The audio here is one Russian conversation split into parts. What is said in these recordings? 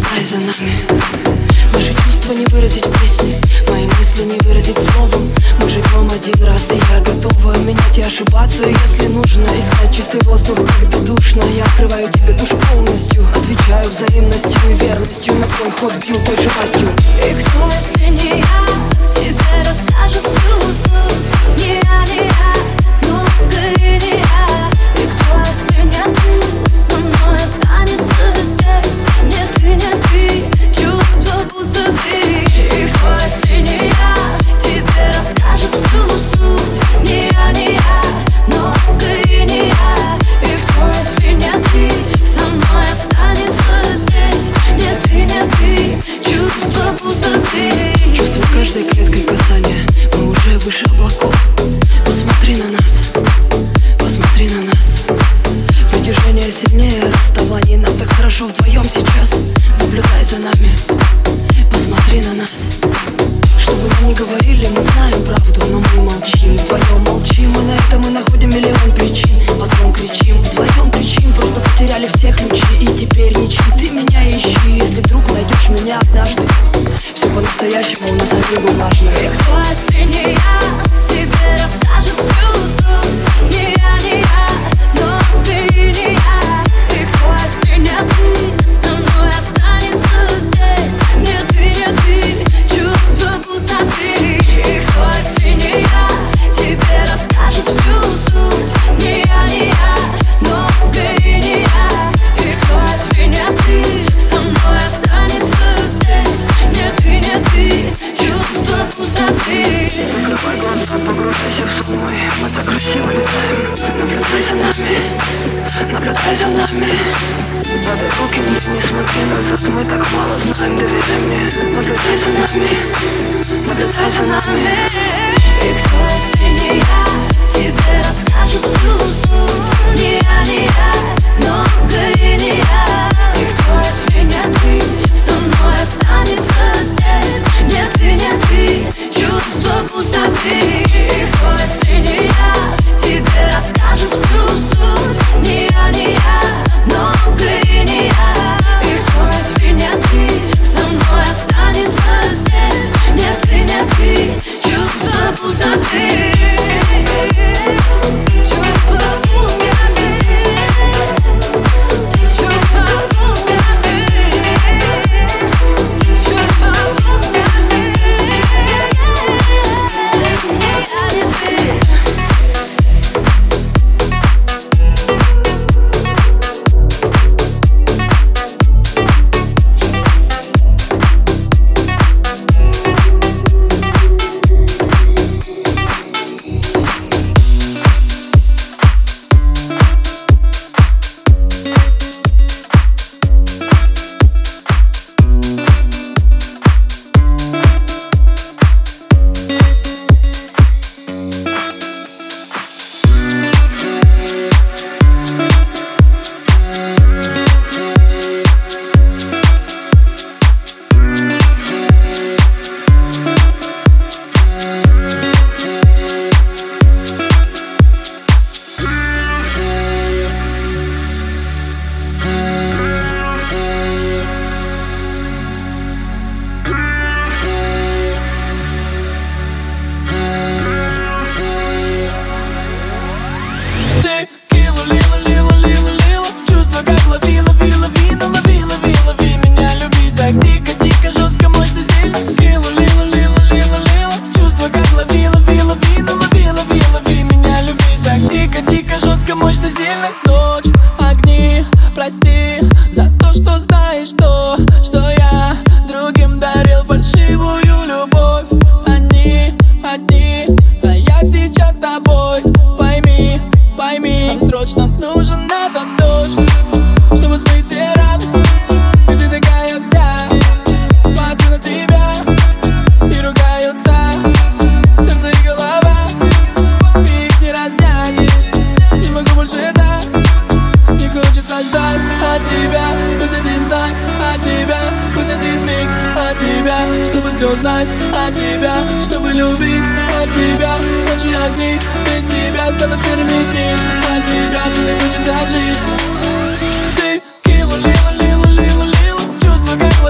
наблюдай за нами. Наши чувства не выразить в песне, мои мысли не выразить словом. Мы живем один раз, и я готова менять и ошибаться, если нужно. Искать чистый воздух, когда душно. Я открываю тебе душу полностью, отвечаю взаимностью и верностью. На твой ход бью той же пастью. И кто, если не я, тебе расскажет всю суть? Не я, не я, но ты и не я. И кто, если не ты, со мной останется здесь? Не ты, не ты, чувство пустоты. И кто, если не я, тебе расскажет всю суть? Не я, не я, но ты и не я. И кто, если не ты, со мной останется здесь? Не ты, не ты, чувство пустоты. Чувствую каждой клеткой касания, мы уже выше облаков. Посмотри на нас, посмотри на нас. Притяжение сильнее расставаний, нам так хорошо вдвоем сейчас. Наблюдай за нами, посмотри на нас. Что бы мы ни говорили, мы знаем правду, но мы молчим, вдвоем молчим. И на это мы находим миллион причин, потом кричим, вдвоем кричим. Просто потеряли все ключи и теперь ничьи. Ты меня ищи, если вдруг найдешь меня однажды. Все по-настоящему у нас обеим важно. И кто, если не я, тебе расскажет всю суть? Не я, не я, но ты и не я. И кто, если не ты, со мной останется здесь? Не ты, не ты, чувство пустоты. И кто, если не я, тебе расскажет всю суть? Не я, не я, но ты и не я. И кто, если не ты, со мной останется здесь? Не ты, не ты, чувство пустоты. Закрывай глаза, погружайся в сон мой. Мы так красиво летаем. Наблюдай за нами, наблюдай за нами. Подай руки мне, не смотри назад. Мы так мало знаем, доверяй мне. Наблюдай за нами, наблюдай за нами. И кто, если не я, тебе расскажет всю суть? Не я, не я, но ты и не я. И кто, если не ты, со мной останется здесь? Не ты, не ты, чувство пустоты. И кто, если не я, тебе расскажет всю суть? Не я, не я, но ты и не я. И кто, если не ты, со мной останется здесь? Не ты, не ты, чувство пустоты. Чувство пустоты. Чувство пустоты. Чувство пустоты. Не я, не ты. Прости за то, что знаешь то, что я другим дарил фальшивую любовь. Они одни, а я сейчас с тобой. Пойми, пойми, нам срочно нужен этот дождь, чтобы смыть все раны. И ты такая вся, смотрю на тебя и ругаются сердце и голова. И их не разнять, не могу больше так. Не хочется ждать от тебя хоть один знак, от тебя хоть один миг, от тебя, чтобы все знать, от тебя, чтобы любить, от тебя. Ночи огни, без тебя станут серыми дни, от тебя мне хочется жить. Ты кило, лила, лила, лила, лила, чувства как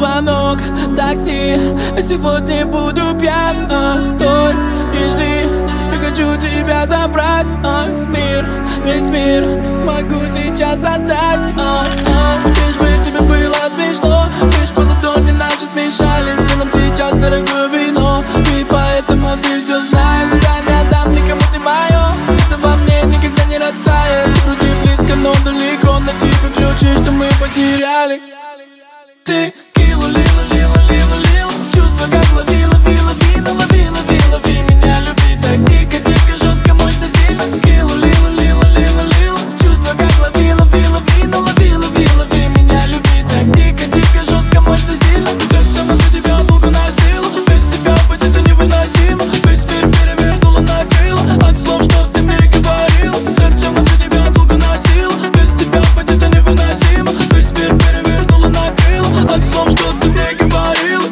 звонок такси. Сегодня буду пьян, стой и жди. Я хочу тебя забрать, весь мир могу сейчас отдать. Лишь бы тебе было смешно, лишь бы ладони наши смешались. Сделаем сейчас дорогое вино, и поэтому ты все знаешь. Я не отдам никому ты мое, это во мне никогда не растает. Вроде близко, но далеко, на тебе ключи, что мы потеряли. Ты килу, лила, чувства как лови, лови меня, люби так дико, жестко, мощно, сильно. Килу, лила, чувства как лови, лови меня, люби так дико, жестко, мощно, сильно. Сердце на тебя долго носило, без тебя быть это невыносимо. Весь мир перевернуло на крыло от слов, что ты мне говорил. Сердце на тебя долго носило, без тебя быть это невыносимо. Весь мир перевернуло на крыло от слов, что ты мне говорил.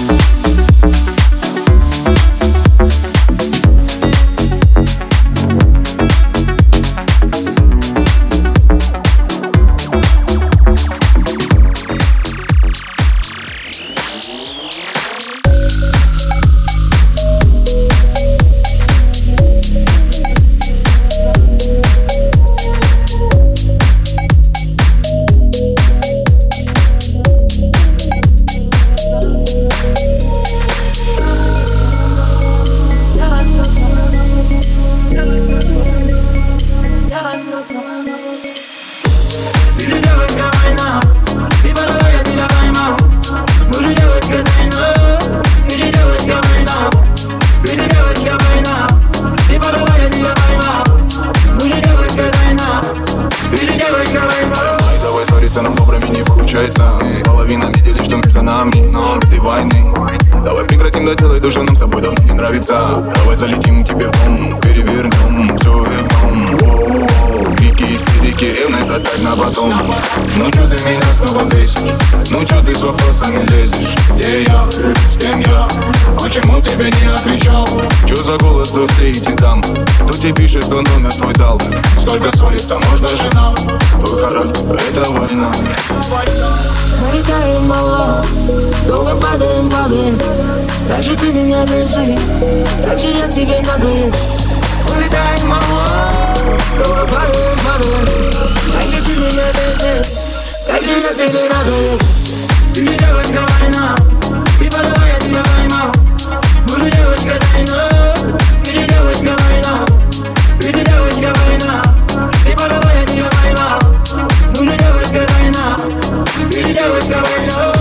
Нам добрыми не получается. Половина видели, что между нами этой войны. Давай прекратим доделать то, что нам с тобой давно не нравится. Давай залетим тебе в дом, перевернем все вернем. Крики, истерики, ревность оставь на потом. Ну чё ты меня снова бесишь? Ну чё ты с вопросами лезешь? Где я? С кем я? Почему тебе не отвечал? Чё за голос, кто все эти дам? Кто тебе пишет, кто номер твой дал? Сколько ссориться можно же нам? Твой характер — это война. Мы летаем мало, долго падаем. Как же ты меня бесишь, как же я тебе надоел. Мы летаем мало, долго падаем. Как же ты меня бесишь, как же я тебе надоел. Ты же девочка война, ты подавай, я тебя поймал. Мы же девочка тайна, ты же девочка война. Ты же девочка война, ты подавай, я тебя поймал. Мы же девочка тайна, ты же девочка война.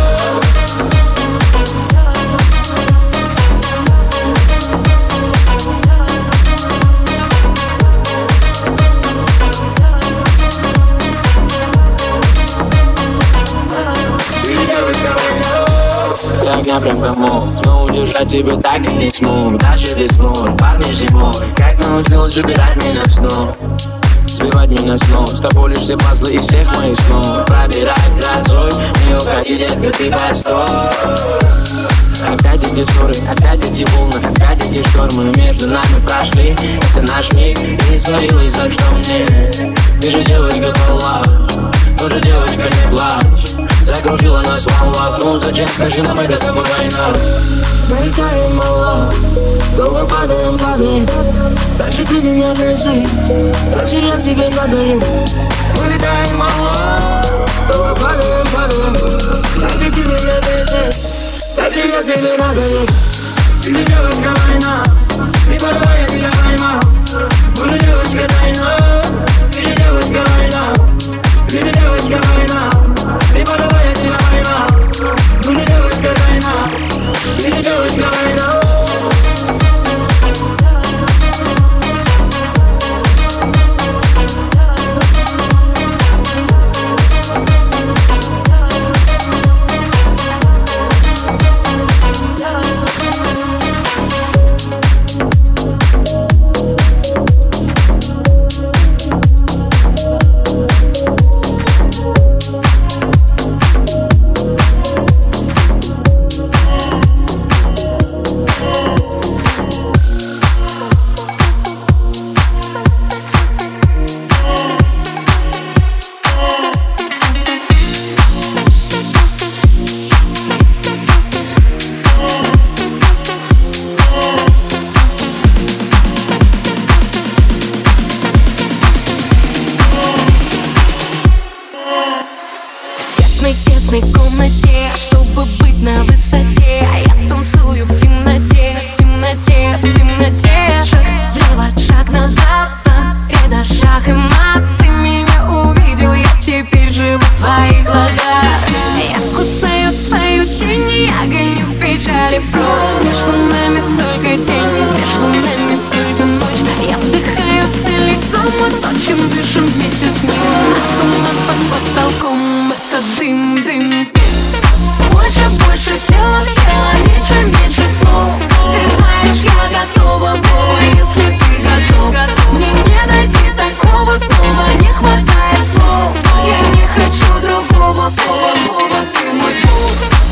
Я прям комок, но удержать тебя так и не смог. Даже весной, парни зимой, как научилась убирать меня снова, сбивать меня с ног. С тобой лишь все пазлы из всех моих снов. Пробирать грозой, не уходи, детка, ты постой. Опять эти ссоры, опять эти волны, опять эти штормы, но между нами прошли. Это наш миг, ты не свалилась, за что мне? Ты же девочка была, тоже девочка не плачь. Закружила нас волна, ну зачем, скажи нам, это с тобой война. Мы летаем мало, долго падаем. Как же ты меня бесишь, как же я тебе надоел. Мы летаем мало, долго падаем. Как же ты меня бесишь, как же я тебе надоел. Ты же девочка война, ты подавай, я тебя поймал. Мы же девочка тайна, ты же девочка война. Ты же девочка война, ты подавай, я тебя поймал. Мы же девочка тайна, ты же девочка война. в темноте. Шаг влево, шаг назад, победа, шаг и мат. Ты меня увидел, я теперь живу в твоих глазах. Я кусаю твою тень, я гоню печали прочь. Между нами только день, между нами только ночь. Я вдыхаю целиком то, чем дышим вместе с ним. А туман под потолком — это дым, дым. Больше, больше тела в тело, меньше, меньше слов. Ты знаешь, я готова, Вова, если ты готов. Мне не найти такого снова, не хватает слов. Я не хочу другого, Вова, Вова, ты мой бог.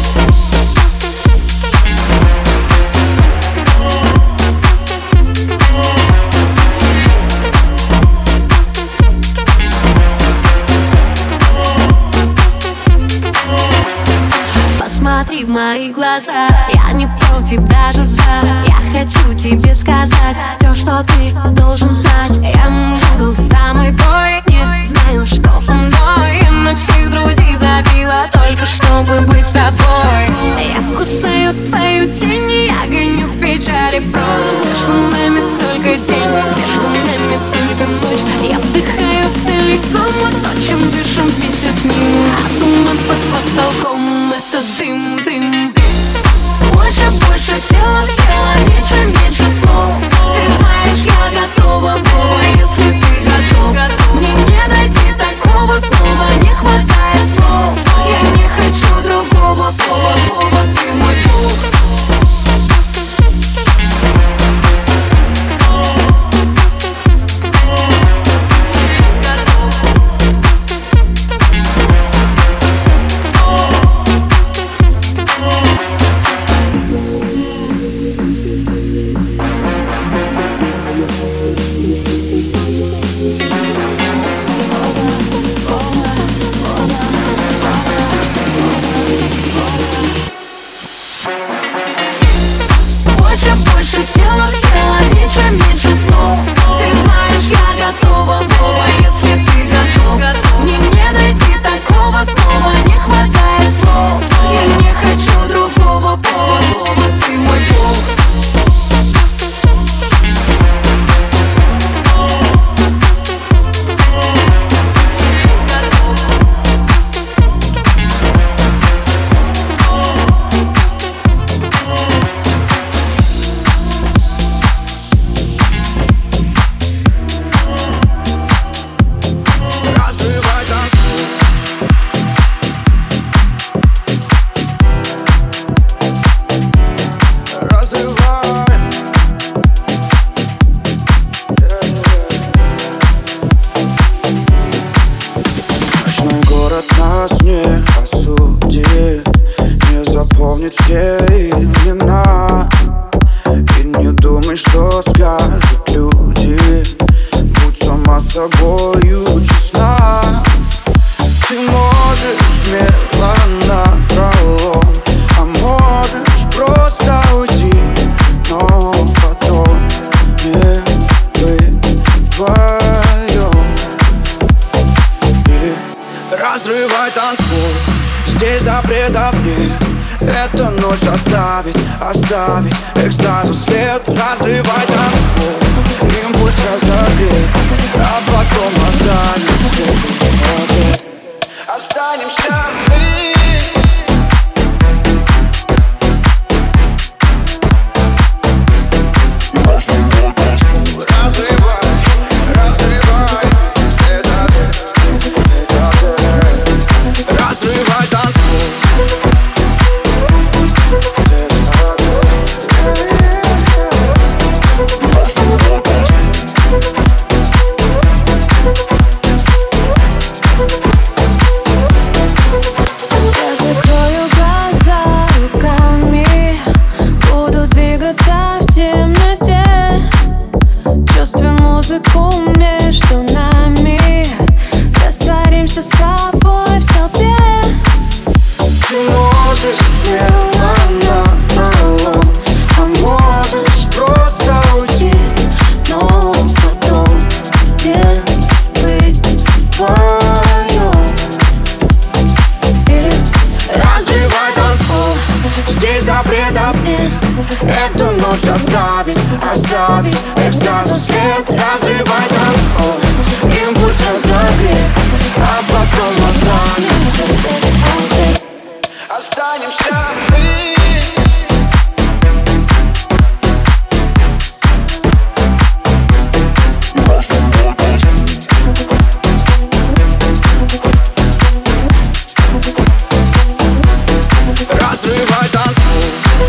Посмотри в мои глаза, я не против, даже за. Я хочу тебе сказать все, что ты должен знать. Я буду самой той, не знаю, что со мной. Я на всех друзей забила, только чтобы быть с тобой. Я кусаю твою тень, я гоню печали прочь. Между нами только день, между нами только ночь. Я вдыхаю целиком то, чем дышим вместе с ним. А туман под потолком — это дым, дым. Больше, больше тела в тело, меньше, меньше слов. Ты знаешь, я готова, Вова, если ты готов. Мне не найти такого снова, не хватает слов. Я не хочу другого, Вова, Вова, ты мой бог. Больше тела в тело, меньше, меньше слов. Ты знаешь, я готова, Вова, если ты готов. Мне не найти такого снова, не хватает слов. Я не хочу другого, Вова, Вова, ты мой бог. Нас не осудит, не запомнит все имена. И не думай, что скажут люди. Будь сама с собою честна. Ты можешь смело напролом, а можешь просто уйти, но потом не быть вдвоем. Или разрывай танцпол, здесь запретов нет. Эта ночь оставить экстазу след. Разрывай танцпол, импульс разогрет, а потом останемся мы. Между нами растворимся с тобой в толпе. Ты можешь смело напролом, а можешь просто уйти, но потом не быть вдвоем. Или разрывай танцпол, здесь запретов нет. Эту ночь оставить оставить экстазу свет. Разрывай танцпол, импульс разогрет, а потом останемся мы. Разрывай танцпол,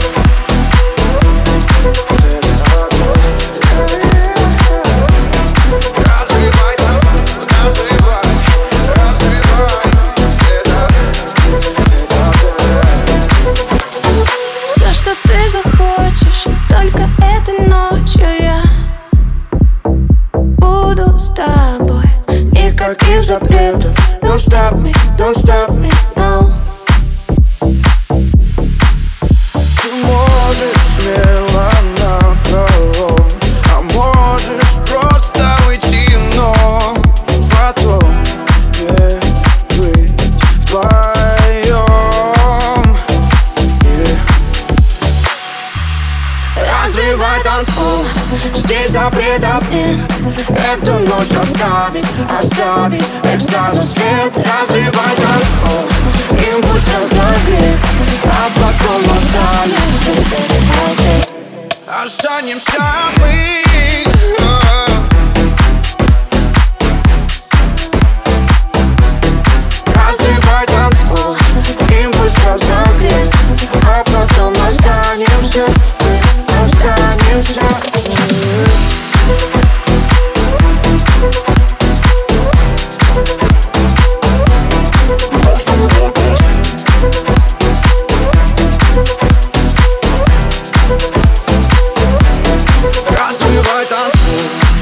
все, что ты захочешь, только этой ночью я буду с тобой. Никаких запретов. Don't stop me, no. ты можешь смело напролом, а можешь просто уйти, но потом быть вдвоем. Разрывай танцпол, здесь запретов нет. Эту ночь оставить экстазу свет. Разрывай танцпол, импульс разогрет, а потом останемся мы. Разрывай танцпол, импульс разогрет, а потом останемся мы. Разрывай танцпол.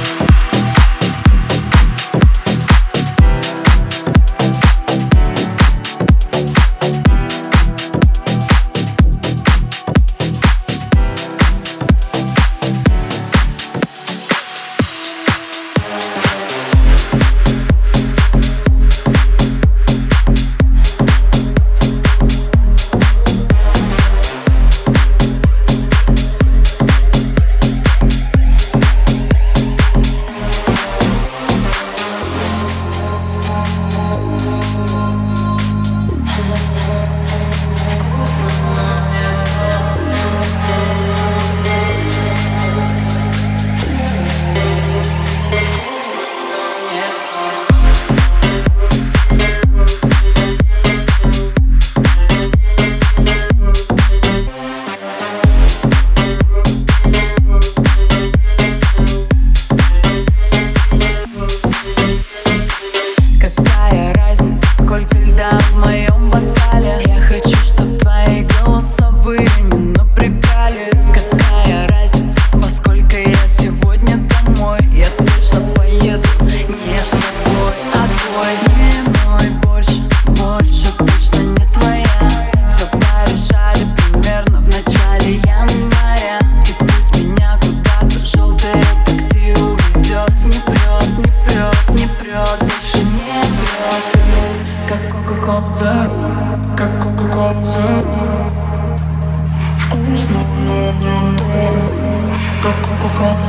Вкусно, но не то, как Coca-Cola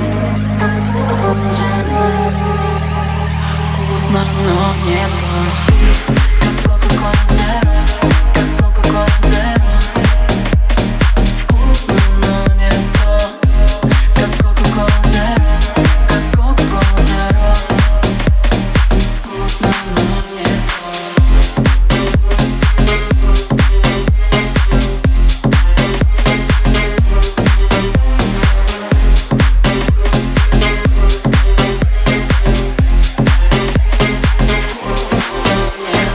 Zero. Вкусно, но не то, как Coca-Cola Zero, как Coca-Cola Zero. Вкусно, но не то, как Coca-Cola Zero, как Coca-Cola Zero. Вкусно, но не то. Вкусно, но не то.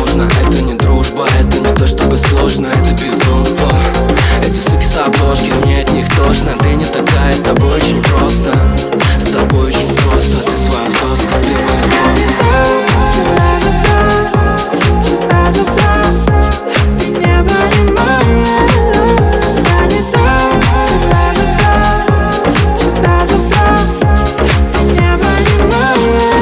можно. Это не дружба, это не то чтобы сложно, это безумство. Эти суки с обложки, мне от них тошно. Ты не такая, с тобой очень просто. С тобой очень просто, ты своя тоска, ты моя роза. Тебя забрать, ты не понимаешь. Я не дам тебя забрать, тебя забрать, ты не понимаешь.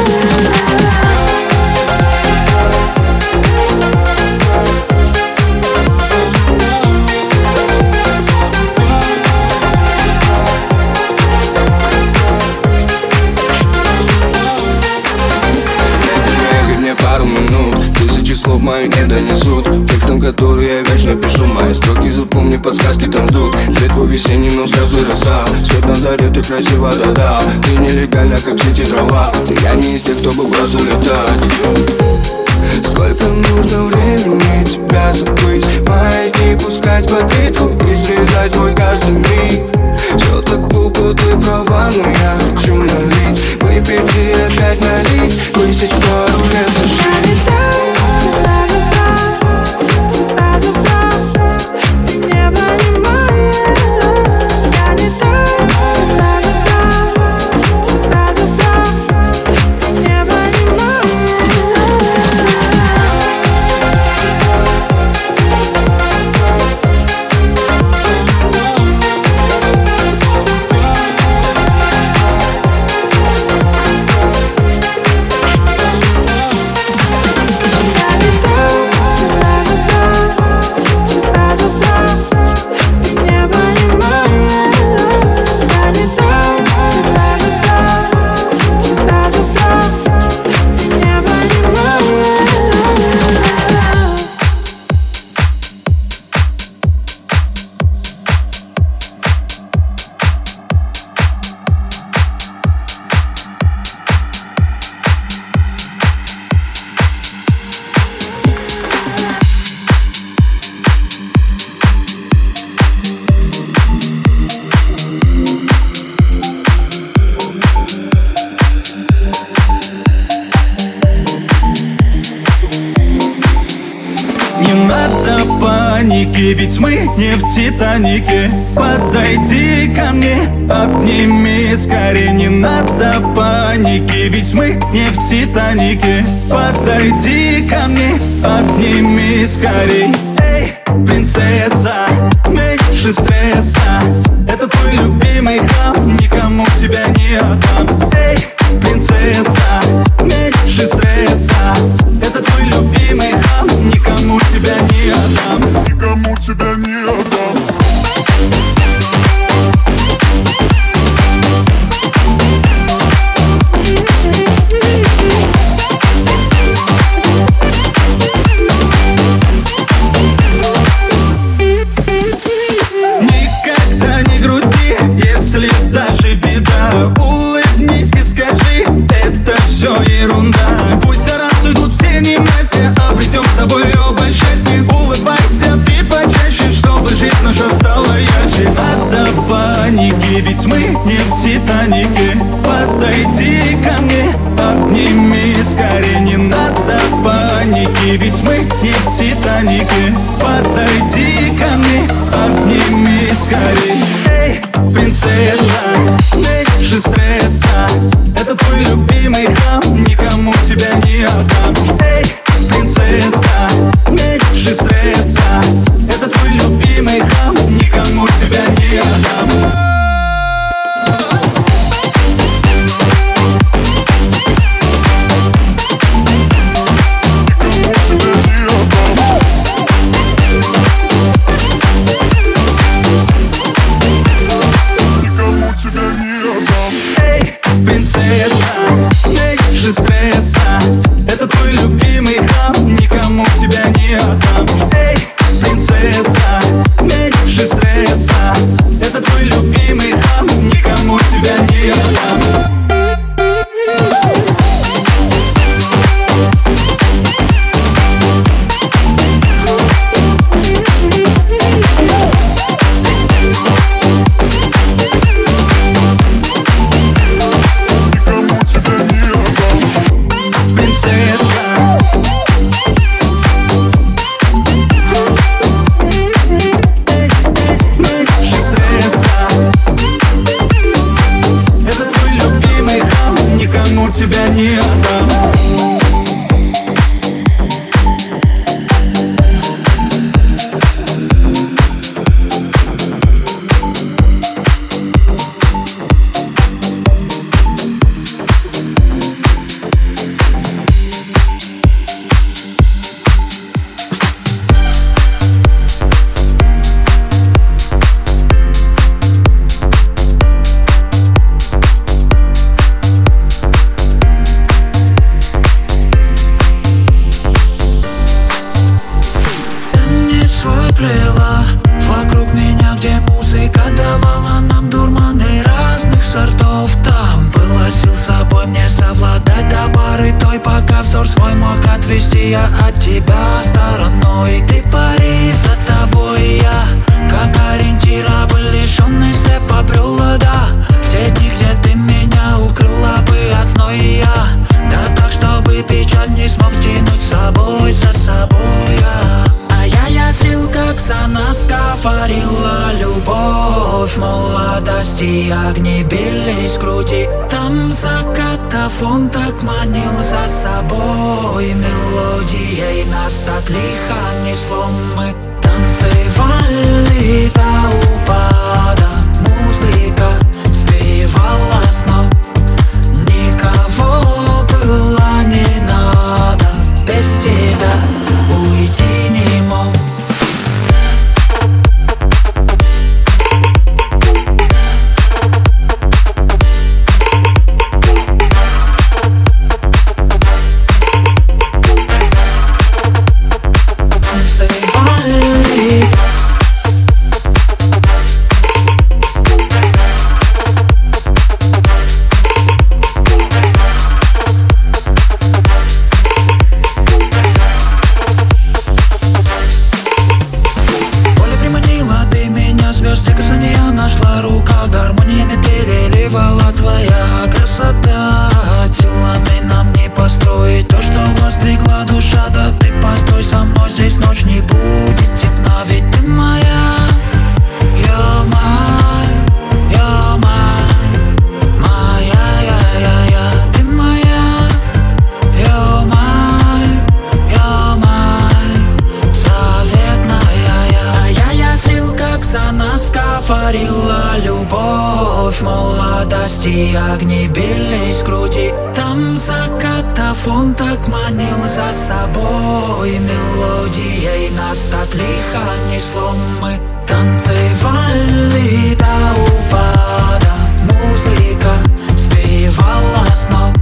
Пару минут, тысячи слов мои не донесут. Текстом, который я вечно пишу, мои строки запомни, подсказки там ждут. Свет твой весенний, но сразу роса. Свет на заре, ты красиво, да-да. Ты нелегально, как в сети трава. Я не из тех, кто бы бросил летать. Сколько нужно времени тебя забыть? Мои дни пускать под битву и срезать твой каждый миг. Все так глупо, ты права, но я хочу налить, выпить и опять налить, высечь пару лет души. Я не дам тебя забрать, тебя забрать, ты не понимаешь. Я не дам тебя забрать, тебя забрать, ты не понимаешь. Ведь мы не в Титанике. Подойди ко мне, обними скорее. Не надо паники, ведь мы не в Титанике. Подойди ко мне, обними скорей. Эй, принцесса, меньше стресса. Это твой любимый хам, никому тебя не отдам. Эй, принцесса, меньше стресса. Это твой любимый хам, никому тебя не отдам. Никому тебя не отдам. Никогда не грусти, если даже беда. Улыбнись и скажи, это все ерунда. Пусть за раз уйдут все ненастья, обретем с собой оба счастье. Улыбайся ты почаще, чтобы жизнь наша стала ярче. Надо паники, ведь мы не в Титанике. Подойди ко мне, обними скорее. Не надо паники, ведь мы не в Титанике. Подойди ко мне, обними скорей. Эй, принцесса, меньше стресса. Это твой любимый хам, никому тебя не отдам. Эй, принцесса, меньше стресса. Это твой любимый хам, никому тебя не отдам. Никому плела вокруг меня, где музыка давала нам дурманы разных сортов. Там было сил с собой мне совладать до пары той, пока взор свой мог отвести я от тебя стороной. Ты пари, за тобой я, как ориентир, лишённый слеп побрела, да, в те дни, где ты меня укрыла бы от зноя я. Да так, чтобы печаль не смог тянуть с собой, за собой я. А я зрил, как за нас говорила любовь молодости, огни бились в груди. Там заката фон так манил за собой мелодией, нас так лихо несло, мы танцевали до упада. Музыка сбивала с ног, никого было не надо, без тебя уйти не мог. Огни бились в груди, там заката фон так манил за собой мелодией, нас так лихо несло, мы танцевали до упада. Музыка сбивала с ног,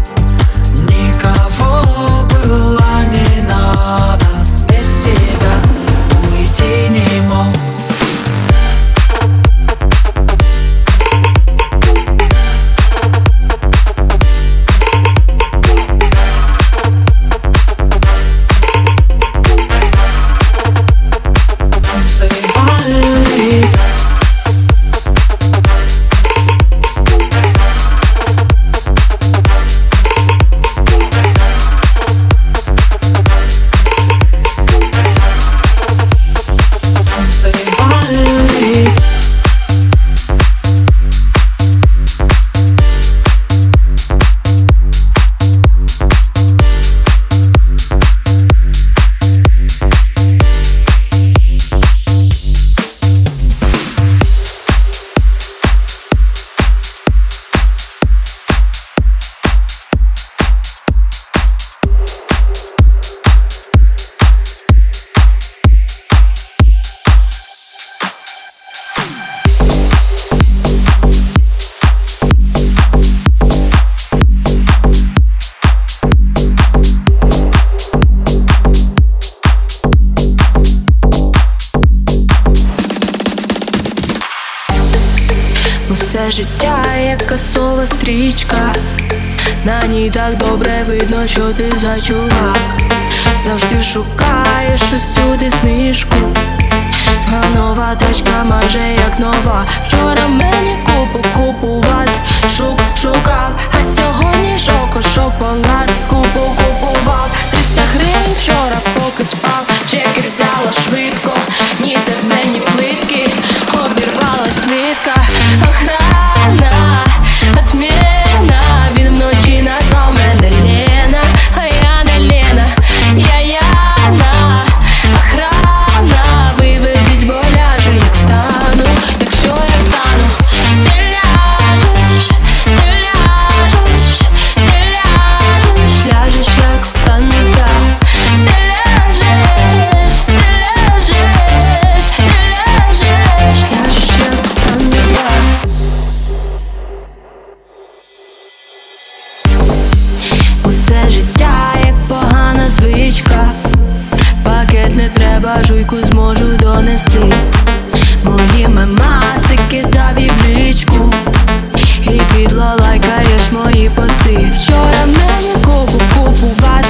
никого было не надо, без тебя уйти не мог. Усе життя як касова стрічка, на ній так добре видно, що ти за чувак. Завжди шукаєш усюди знижку, а нова тачка майже як нова. Вчора мені купувати, шукав, а сьогодні шоколад купував. 300 гривень вчора поки спав, чеки взяла швидко, ні тебе, ні плитки, обірвалась нитка. Охрана, отмена, він вночі назвав мене Лена, а я не Лена, я Яна. Охрана, виведіть, бо ляже, як стану, якщо я встану. Ти ляжеш, ляжеш, як встану я. Ти ляжеш, ляжеш, як встану я. Усе життя як погана звичка, пакет не треба, жуйку зможу до донести. Мої мемаси кидав і в лічку, і підло лайкаєш мої пости. Вчора мені купували